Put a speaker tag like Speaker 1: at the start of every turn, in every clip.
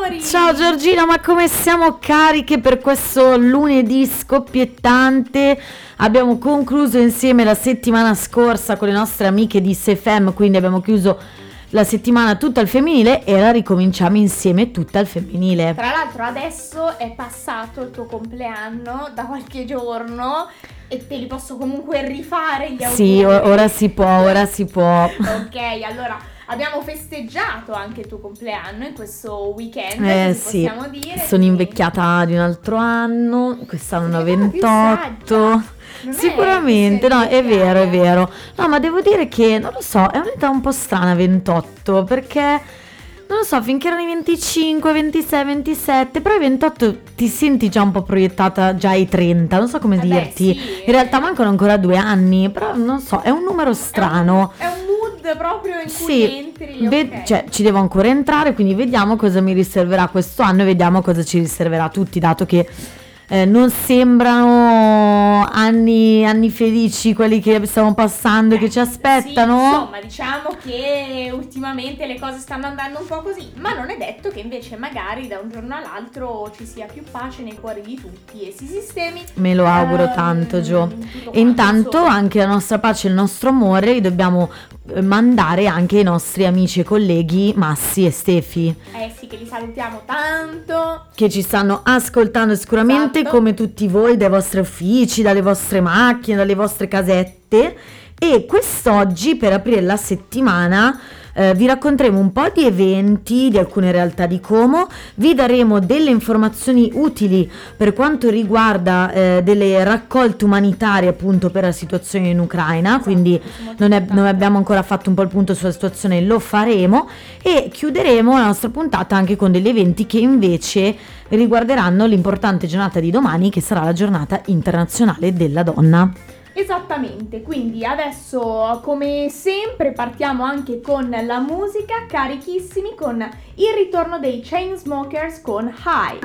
Speaker 1: amori!
Speaker 2: Ciao Giorgina, ma come siamo cariche per questo lunedì scoppiettante? Abbiamo concluso insieme la settimana scorsa con le nostre amiche di SEFEM, quindi abbiamo chiuso la settimana tutta al femminile e la ricominciamo insieme tutta al femminile.
Speaker 1: Tra l'altro adesso è passato il tuo compleanno da qualche giorno e te li posso comunque rifare gli auguri.
Speaker 2: Sì, ora si può.
Speaker 1: Ok, allora abbiamo festeggiato anche il tuo compleanno in questo weekend,
Speaker 2: sì,
Speaker 1: possiamo dire.
Speaker 2: sono invecchiata di un altro anno, quest'anno ho 28. Sicuramente, no, è vero. No, ma devo dire che, non lo so, è un'età un po' strana 28, perché, non lo so, finché erano i 25, 26, 27, però i 28 ti senti già un po' proiettata già ai 30, non so come dirti.
Speaker 1: Sì,
Speaker 2: in realtà mancano ancora 2 anni, però non so, è un numero strano.
Speaker 1: È un mood proprio in cui entri, ok.
Speaker 2: Cioè ci devo ancora entrare, quindi vediamo cosa mi riserverà questo anno e vediamo cosa ci riserverà a tutti, dato che non sembrano anni felici quelli che stiamo passando e che ci aspettano.
Speaker 1: Sì, insomma, diciamo che ultimamente le cose stanno andando un po' così, ma non è detto che invece magari da un giorno all'altro ci sia più pace nei cuori di tutti e si sistemi.
Speaker 2: Me lo auguro tanto, Gio. E intanto anche la nostra pace e il nostro amore li dobbiamo mandare anche ai nostri amici e colleghi Massi e Stefi.
Speaker 1: Sì, che li salutiamo tanto.
Speaker 2: Che ci stanno ascoltando sicuramente,
Speaker 1: esatto,
Speaker 2: come tutti voi, dai vostri uffici, dalle vostre macchine, dalle vostre casette. E quest'oggi, per aprire la settimana, vi racconteremo un po' di eventi di alcune realtà di Como, vi daremo delle informazioni utili per quanto riguarda delle raccolte umanitarie appunto per la situazione in Ucraina, esatto, quindi non abbiamo ancora fatto un po' il punto sulla situazione, lo faremo, e chiuderemo la nostra puntata anche con degli eventi che invece riguarderanno l'importante giornata di domani, che sarà la giornata internazionale della donna.
Speaker 1: Esattamente, quindi adesso come sempre partiamo anche con la musica, carichissimi con il ritorno dei Chainsmokers con High.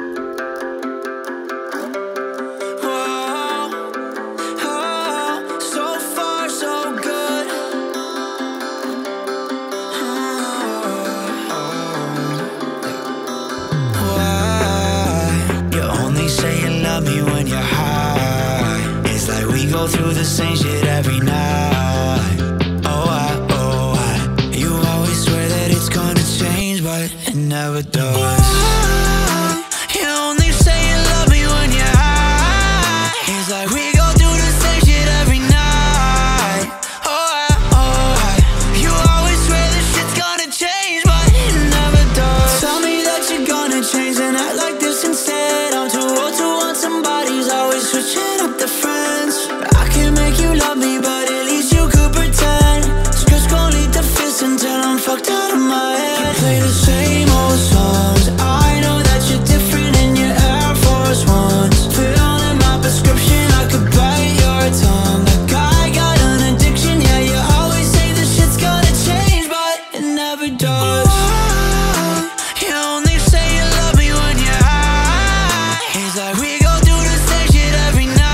Speaker 3: Go through the same shit every night. Oh, I. You always swear that it's gonna change, but it never does. You only say you love me when you're high. It's like we go through the same shit every night. Oh, I. You always swear this shit's gonna change, but it never does. Tell me that you're gonna change and act like this instead. I'm too old to want somebody's always switching up the friends. You love me, but at least you could pretend. Scripts gon' lead to fists until I'm fucked out of my head. You play the same old songs. I know that you're different in your Air Force Ones. Fill in my prescription, I could bite your tongue. Like I got an addiction, yeah, you always say this shit's gonna change, but it never does. You only say you love me when you're high. It's like we go through the same shit every night.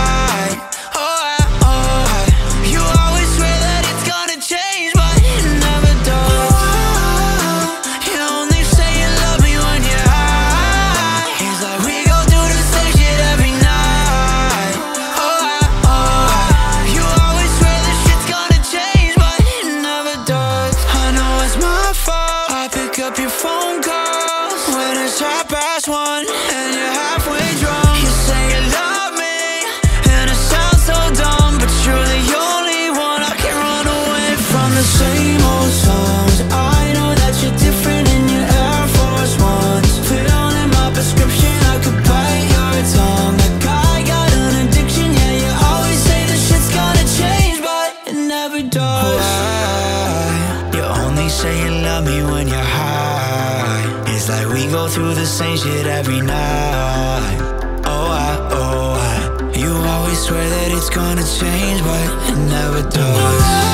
Speaker 3: Through the same shit every night. Oh, I. You always swear that it's gonna change, but it never does.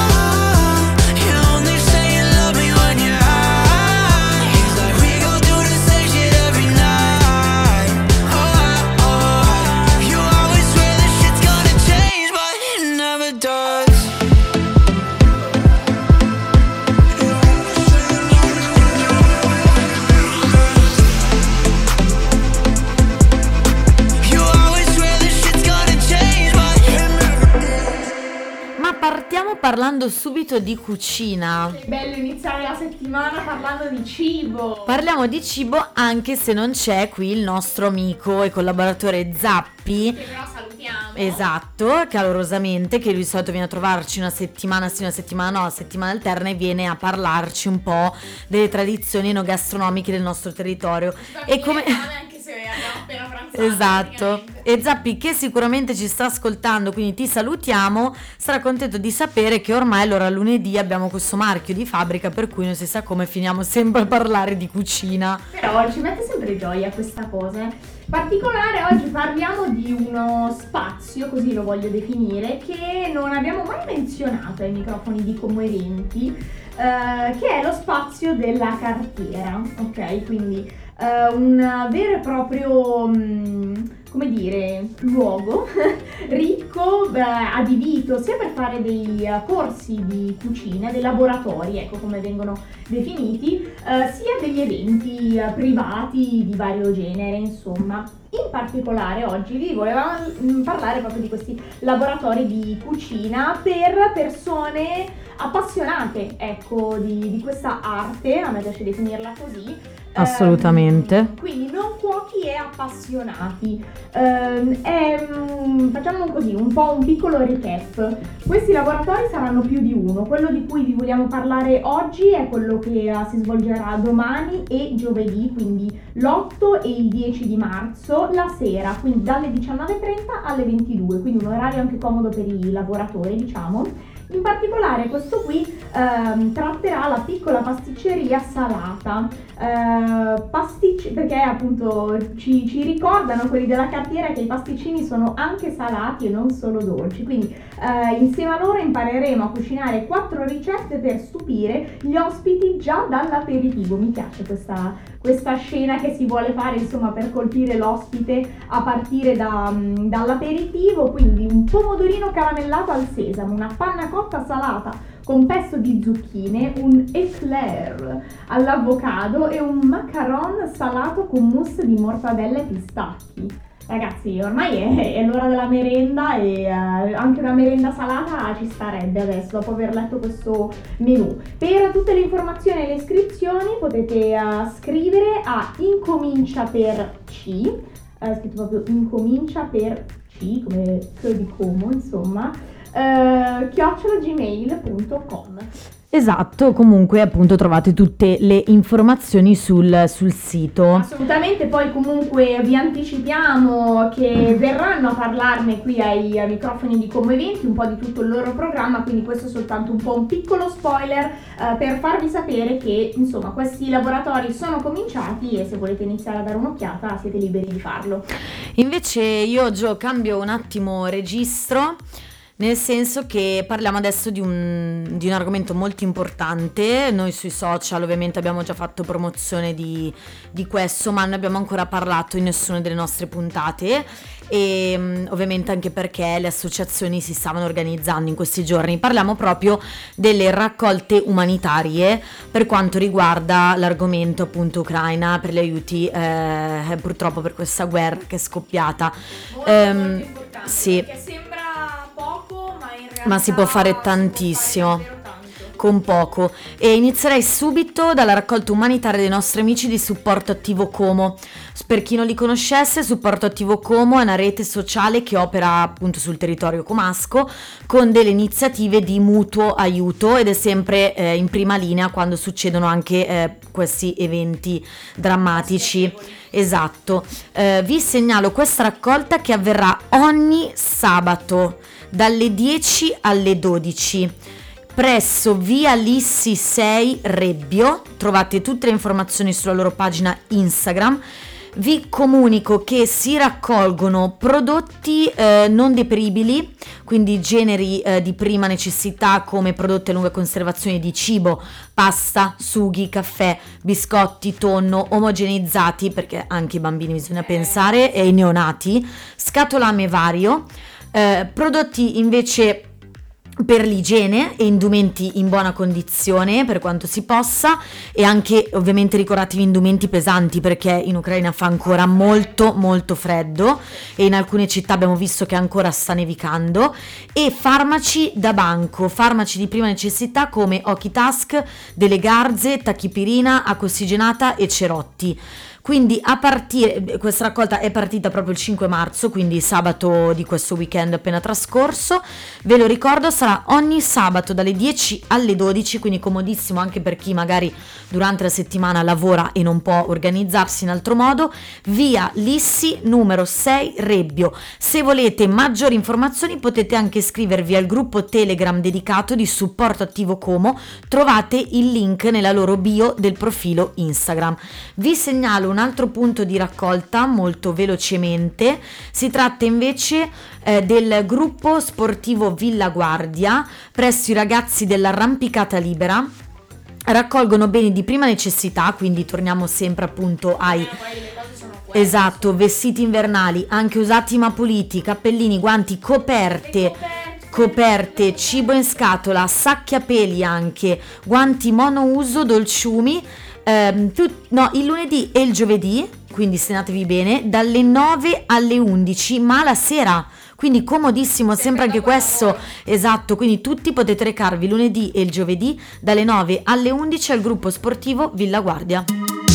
Speaker 2: Partiamo parlando subito di cucina.
Speaker 1: Che bello iniziare la settimana parlando di cibo.
Speaker 2: Parliamo di cibo anche se non c'è qui il nostro amico e collaboratore Zappi.
Speaker 1: Che però salutiamo.
Speaker 2: Esatto, calorosamente, che lui di solito viene a trovarci una settimana sì, una settimana no, una settimana alterna e viene a parlarci un po' delle tradizioni enogastronomiche del nostro territorio. E come...
Speaker 1: Anche se abbiamo appena pranzato.
Speaker 2: Esatto, e Zappi, che sicuramente ci sta ascoltando, quindi ti salutiamo, sarà contento di sapere che ormai allora lunedì abbiamo questo marchio di fabbrica per cui non si sa come finiamo sempre a parlare di cucina.
Speaker 1: Però ci mette sempre gioia questa cosa. In particolare oggi parliamo di uno spazio, così lo voglio definire, che non abbiamo mai menzionato ai microfoni di Como Eventi, che è lo spazio della cartiera, ok? Quindi un vero e proprio, come dire, luogo ricco, adibito sia per fare dei corsi di cucina, dei laboratori, ecco come vengono definiti, sia degli eventi privati di vario genere, insomma. In particolare oggi vi volevamo parlare proprio di questi laboratori di cucina per persone appassionate, ecco, di questa arte, a me piace definirla così.
Speaker 2: Assolutamente.
Speaker 1: Quindi non cuochi e appassionati. Facciamo così, un po' un piccolo recap. Questi laboratori saranno più di uno. Quello di cui vi vogliamo parlare oggi è quello che si svolgerà domani e giovedì, quindi l'8 e il 10 di marzo, la sera, quindi dalle 19:30 alle 22, quindi un orario anche comodo per i lavoratori, diciamo. In particolare questo qui tratterà la piccola pasticceria salata, perché appunto ci ricordano quelli della cartiera che i pasticcini sono anche salati e non solo dolci, quindi insieme a loro impareremo a cucinare 4 ricette per stupire gli ospiti già dall'aperitivo. Mi piace questa scena che si vuole fare, insomma, per colpire l'ospite a partire dall'aperitivo. Quindi un pomodorino caramellato al sesamo, una panna cotta salata con pesto di zucchine, un éclair all'avocado e un macaron salato con mousse di mortadella e pistacchi. Ragazzi, ormai è l'ora della merenda e anche una merenda salata ci starebbe adesso, dopo aver letto questo menù. Per tutte le informazioni e le iscrizioni potete scrivere a incomincia per C, scritto proprio incomincia per C, come di Como, insomma, @gmail.com.
Speaker 2: Esatto, comunque appunto trovate tutte le informazioni sul sito.
Speaker 1: Assolutamente, poi comunque vi anticipiamo che verranno a parlarne qui ai microfoni di Como Eventi un po' di tutto il loro programma, quindi questo è soltanto un po' un piccolo spoiler per farvi sapere che insomma questi laboratori sono cominciati e se volete iniziare a dare un'occhiata siete liberi di farlo.
Speaker 2: Invece io, Gio, cambio un attimo registro. Nel senso che parliamo adesso di un argomento molto importante. Noi sui social ovviamente abbiamo già fatto promozione di questo, ma non abbiamo ancora parlato in nessuna delle nostre puntate e ovviamente anche perché le associazioni si stavano organizzando in questi giorni. Parliamo proprio delle raccolte umanitarie per quanto riguarda l'argomento appunto Ucraina, per gli aiuti purtroppo per questa guerra che è scoppiata.
Speaker 1: Molto importante,
Speaker 2: sì.
Speaker 1: Perché sembra poco, ma in realtà
Speaker 2: Ma si può fare tantissimo.
Speaker 1: Si può fare davvero tanto.
Speaker 2: Con poco, e inizierei subito dalla raccolta umanitaria dei nostri amici di Supporto Attivo Como. Per chi non li conoscesse, Supporto Attivo Como è una rete sociale che opera appunto sul territorio comasco con delle iniziative di mutuo aiuto ed è sempre in prima linea quando succedono anche questi eventi drammatici. Esatto, vi segnalo questa raccolta che avverrà ogni sabato dalle 10 alle 12 presso via Lissi 6 Rebbio. Trovate tutte le informazioni sulla loro pagina Instagram. Vi comunico che si raccolgono prodotti non deperibili, quindi generi di prima necessità come prodotti a lunga conservazione di cibo, pasta, sughi, caffè, biscotti, tonno, omogeneizzati, perché anche i bambini bisogna pensare, e i neonati, scatolame vario, prodotti invece per l'igiene e indumenti in buona condizione per quanto si possa, e anche ovviamente ricordatevi indumenti pesanti, perché in Ucraina fa ancora molto molto freddo e in alcune città abbiamo visto che ancora sta nevicando, e farmaci da banco, farmaci di prima necessità come Occhitask, delle garze, tachipirina, acqua ossigenata e cerotti. Quindi a partire, questa raccolta è partita proprio il 5 marzo, quindi sabato di questo weekend appena trascorso. Ve lo ricordo, sarà ogni sabato dalle 10 alle 12, quindi comodissimo anche per chi magari durante la settimana lavora e non può organizzarsi in altro modo. Via Lissi numero 6 Rebbio. Se volete maggiori informazioni potete anche iscrivervi al gruppo Telegram dedicato di supporto attivo Como, trovate il link nella loro bio del profilo Instagram. Vi segnalo un altro punto di raccolta molto velocemente, si tratta invece del gruppo sportivo Villa Guardia presso i ragazzi dell'arrampicata libera. Raccolgono beni di prima necessità, quindi torniamo sempre appunto ai esatto, vestiti invernali anche usati ma puliti, cappellini, guanti, coperte, cibo in scatola, sacchi a peli anche, guanti monouso, dolciumi. Il lunedì e il giovedì, quindi segnatevi bene, dalle 9 alle 11, ma la sera, quindi comodissimo sempre anche questo, esatto, quindi tutti potete recarvi lunedì e il giovedì dalle 9 alle 11 al gruppo sportivo Villa Guardia.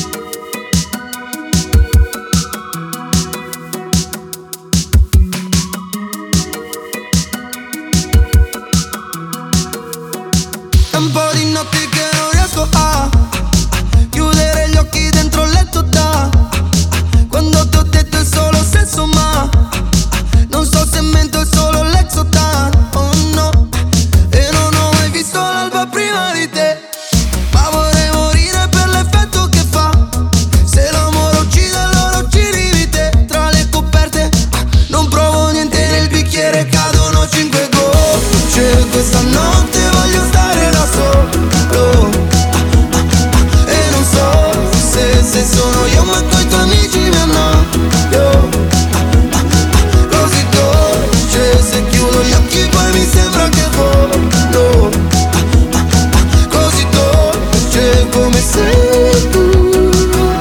Speaker 4: Un po' di notti che non riesco a chiudere gli occhi dentro il letto da quando ti ho detto è solo sesso, ma non so se mento, è solo l'exotan. Oh no, e non ho mai visto l'alba prima di te, ma vorrei morire per l'effetto che fa. Se l'amore uccide allora uccidi di te. Tra le coperte non provo niente, nel bicchiere cadono 5 gocce. Questa notte voglio stare da solo, e non so se sono io ma coi tuoi amici mi annoio. Così dolce, se chiudo gli occhi poi mi sembra che volo. Così dolce come sei tu,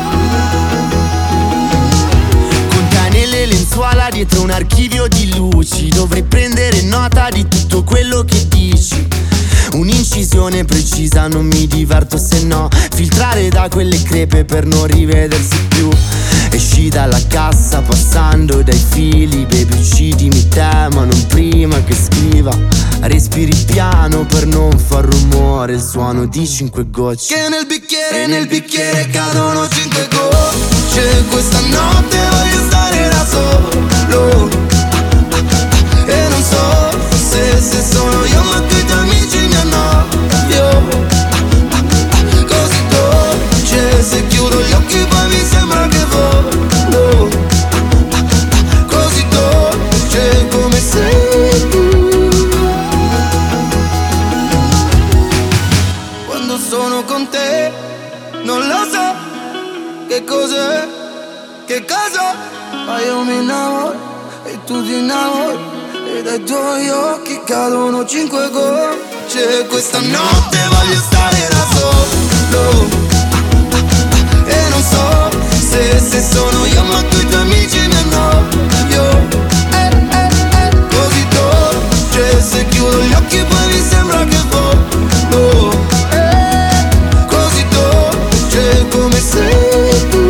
Speaker 4: con te nelle lenzuola dietro un archivio di luci. Dovrei prendere nota di tutto quello che dici. Un'incisione precisa, non mi diverto se no. Filtrare da quelle crepe per non rivedersi più. Esci dalla cassa passando dai fili. Baby uccidimi te ma non prima che scriva. Respiri piano per non far rumore, il suono di 5 gocce che nel bicchiere cadono 5 gocce. Questa notte voglio stare da solo, e non so se sono io ma coi tuoi amici mi annoio. Così dolce, se chiudo gli occhi poi mi sembra che volo. Così dolce come sei tu. Quando sono con te non lo so che cos'è, che cosa, ma io mi innamoro e tu ti innamori. E dai tuoi occhi cadono 5 gocce. Questa notte voglio stare da solo, e non so se sono io ma coi tuoi amici mi annoio. Così dolce, se chiudo gli occhi poi mi sembra che volo. Così dolce come sei tu.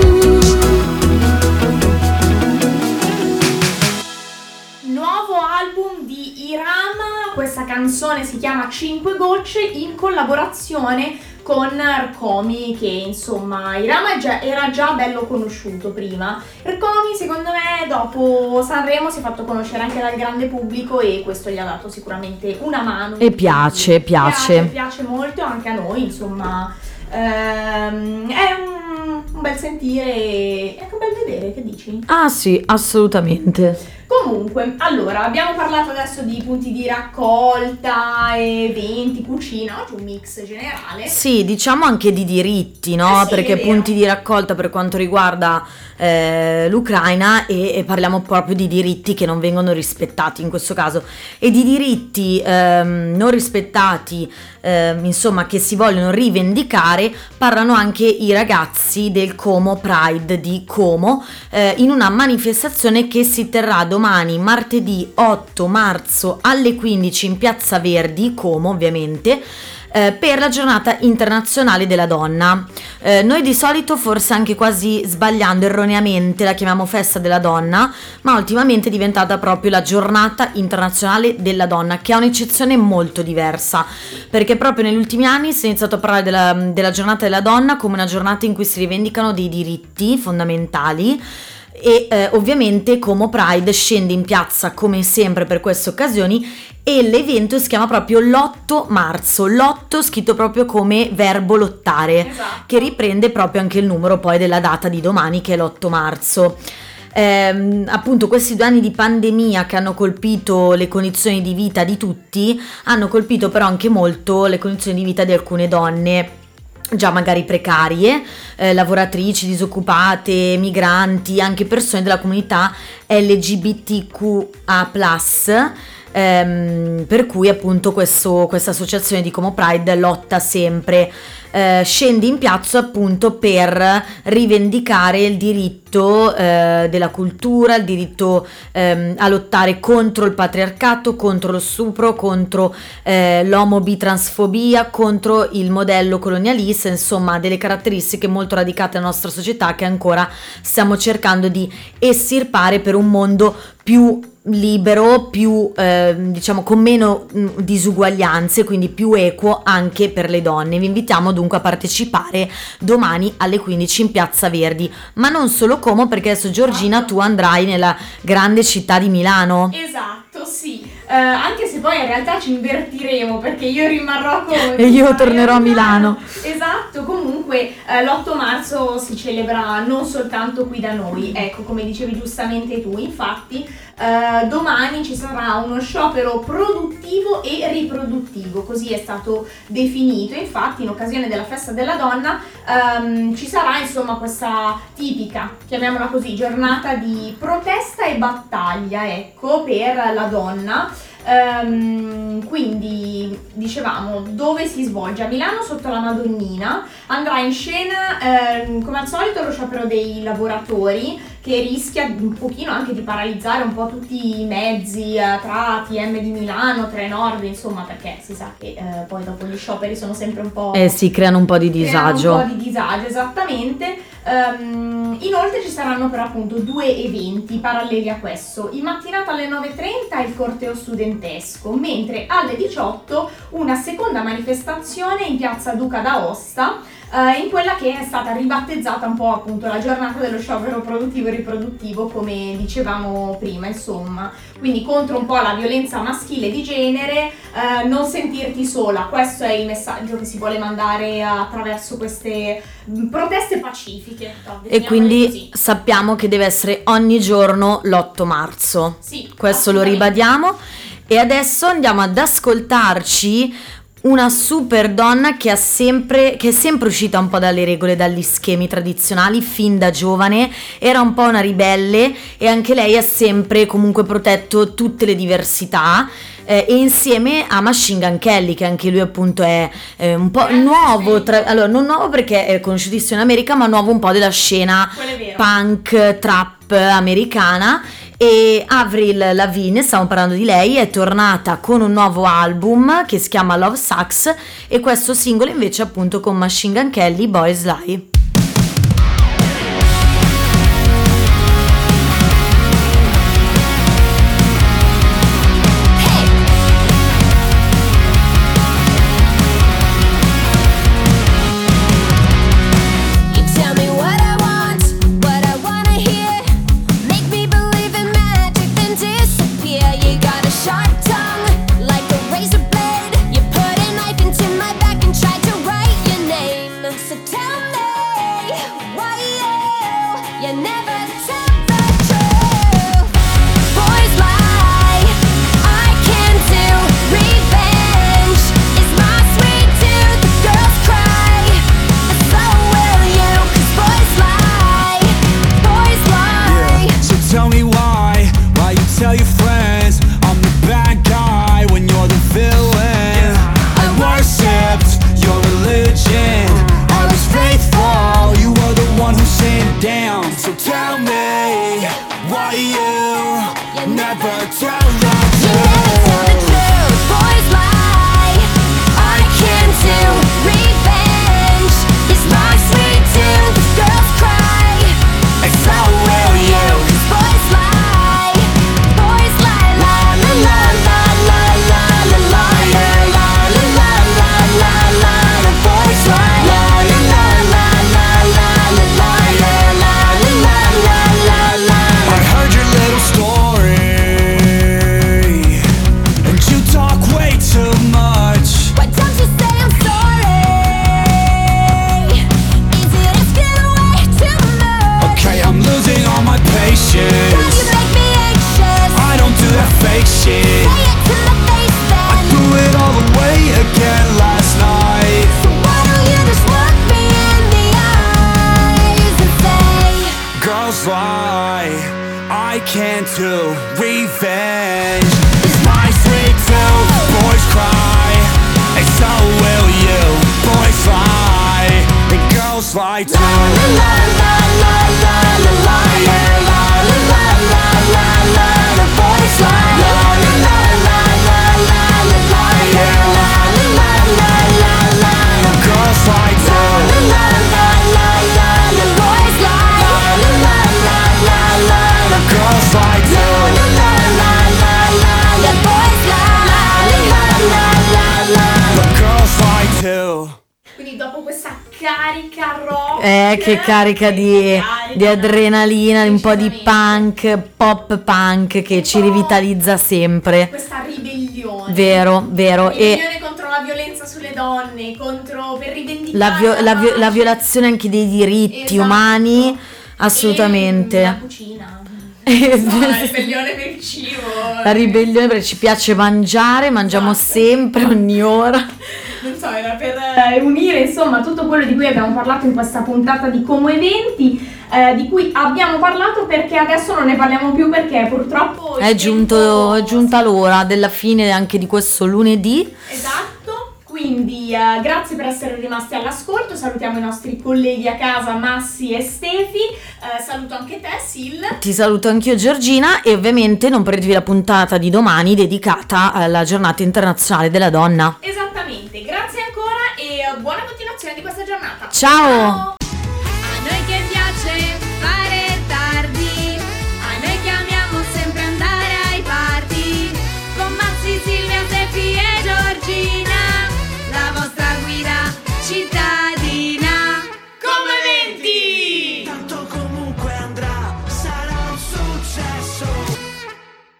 Speaker 1: Questa canzone si chiama 5 gocce in collaborazione con Rcomi, che insomma Irama era già bello conosciuto prima. Rcomi secondo me dopo Sanremo si è fatto conoscere anche dal grande pubblico e questo gli ha dato sicuramente una mano.
Speaker 2: E piace
Speaker 1: molto anche a noi, insomma. È un bel sentire e anche un bel vedere, che dici?
Speaker 2: Ah sì, assolutamente.
Speaker 1: Comunque, allora, abbiamo parlato adesso di punti di raccolta, eventi, cucina, oggi un mix generale.
Speaker 2: Sì, diciamo anche di diritti, no?
Speaker 1: Sì,
Speaker 2: Perché
Speaker 1: è vero.
Speaker 2: punti di raccolta per quanto riguarda l'Ucraina e parliamo proprio di diritti che non vengono rispettati in questo caso e di diritti non rispettati, insomma, che si vogliono rivendicare, parlano anche i ragazzi del Como Pride di Como in una manifestazione che si terrà domani, martedì 8 marzo alle 15 in Piazza Verdi, Como ovviamente, per la giornata internazionale della donna. Noi di solito, forse anche quasi sbagliando erroneamente, la chiamiamo festa della donna, ma ultimamente è diventata proprio la giornata internazionale della donna, che ha un'eccezione molto diversa, perché proprio negli ultimi anni si è iniziato a parlare della giornata della donna come una giornata in cui si rivendicano dei diritti fondamentali. E ovviamente Como Pride scende in piazza come sempre per queste occasioni e l'evento si chiama proprio l'8 marzo, l'8 scritto proprio come verbo lottare,
Speaker 1: Esatto.
Speaker 2: che riprende proprio anche il numero poi della data di domani, che è l'8 marzo. Appunto questi 2 anni di pandemia che hanno colpito le condizioni di vita di tutti, hanno colpito però anche molto le condizioni di vita di alcune donne già magari precarie, lavoratrici, disoccupate, migranti, anche persone della comunità LGBTQA+, per cui appunto questa associazione di Como Pride lotta sempre, scende in piazza appunto per rivendicare il diritto della cultura, il diritto a lottare contro il patriarcato, contro lo stupro, contro l'omobitransfobia, contro il modello colonialista, insomma delle caratteristiche molto radicate nella nostra società che ancora stiamo cercando di estirpare per un mondo più libero, più diciamo con meno disuguaglianze, quindi più equo anche per le donne. Vi invitiamo dunque a partecipare domani alle 15 in Piazza Verdi, ma non solo Como, perché adesso Giorgina tu andrai nella grande città di Milano.
Speaker 1: Esatto, sì. Anche se poi in realtà ci invertiremo, perché io rimarrò come
Speaker 2: E io tornerò a Milano.
Speaker 1: Esatto, comunque l'8 marzo si celebra non soltanto qui da noi, ecco, come dicevi giustamente tu, infatti domani ci sarà uno sciopero produttivo e riproduttivo, così è stato definito. Infatti in occasione della festa della donna ci sarà insomma questa tipica, chiamiamola così, giornata di protesta e battaglia, ecco, per la donna. Quindi dicevamo dove si svolge a Milano sotto la Madonnina, andrà in scena come al solito lo sciopero dei lavoratori, che rischia un pochino anche di paralizzare un po' tutti i mezzi tra ATM di Milano, Trenord, insomma, perché si sa che poi dopo gli scioperi sono sempre un po'...
Speaker 2: Si creano un po' di disagio.
Speaker 1: Un po' di disagio, esattamente. Inoltre ci saranno però appunto 2 eventi paralleli a questo. In mattinata alle 9:30 il corteo studentesco, mentre alle 18 una seconda manifestazione in piazza Duca d'Aosta, in quella che è stata ribattezzata un po' appunto la giornata dello sciopero produttivo e riproduttivo, come dicevamo prima, insomma, quindi contro un po' la violenza maschile di genere, non sentirti sola, questo è il messaggio che si vuole mandare attraverso queste proteste pacifiche.
Speaker 2: E quindi sappiamo che deve essere ogni giorno l'8 marzo.
Speaker 1: Sì,
Speaker 2: questo lo ribadiamo. E adesso andiamo ad ascoltarci una super donna che è sempre uscita un po' dalle regole, dagli schemi tradizionali fin da giovane, era un po' una ribelle e anche lei ha sempre comunque protetto tutte le diversità. E insieme a Machine Gun Kelly, che anche lui appunto è un po' nuovo, allora non nuovo perché è conosciutissimo in America, ma nuovo un po' della scena punk, trap americana. E Avril Lavigne, stiamo parlando di lei, è tornata con un nuovo album che si chiama Love Sucks, e questo singolo invece appunto con Machine Gun Kelly, Boys Lie.
Speaker 5: So tell me
Speaker 1: Quindi dopo questa carica rock,
Speaker 2: che carica di adrenalina, un po' di punk, pop punk che ci rivitalizza sempre.
Speaker 1: questa ribellione.
Speaker 2: Vero.
Speaker 1: Ribellione contro la violenza sulle donne, per rivendicare
Speaker 2: La violazione anche dei diritti
Speaker 1: Esatto.
Speaker 2: umani, assolutamente.
Speaker 1: E la cucina. La ribellione per il cibo.
Speaker 2: La ribellione perché ci piace mangiamo
Speaker 1: Esatto.
Speaker 2: sempre, ogni ora.
Speaker 1: Non so, era per unire insomma tutto quello di cui abbiamo parlato in questa puntata di Como Eventi, di cui abbiamo parlato perché adesso non ne parliamo più perché purtroppo
Speaker 2: È giunta l'ora della fine anche di questo lunedì.
Speaker 1: Esatto, quindi grazie per essere rimasti all'ascolto, salutiamo i nostri colleghi a casa Massi e Stefi, saluto anche te Sil.
Speaker 2: Ti saluto anch'io Giorgina e ovviamente non perdetevi la puntata di domani dedicata alla giornata internazionale della donna.
Speaker 1: Esattamente, grazie ancora e buona continuazione di questa giornata.
Speaker 2: Ciao!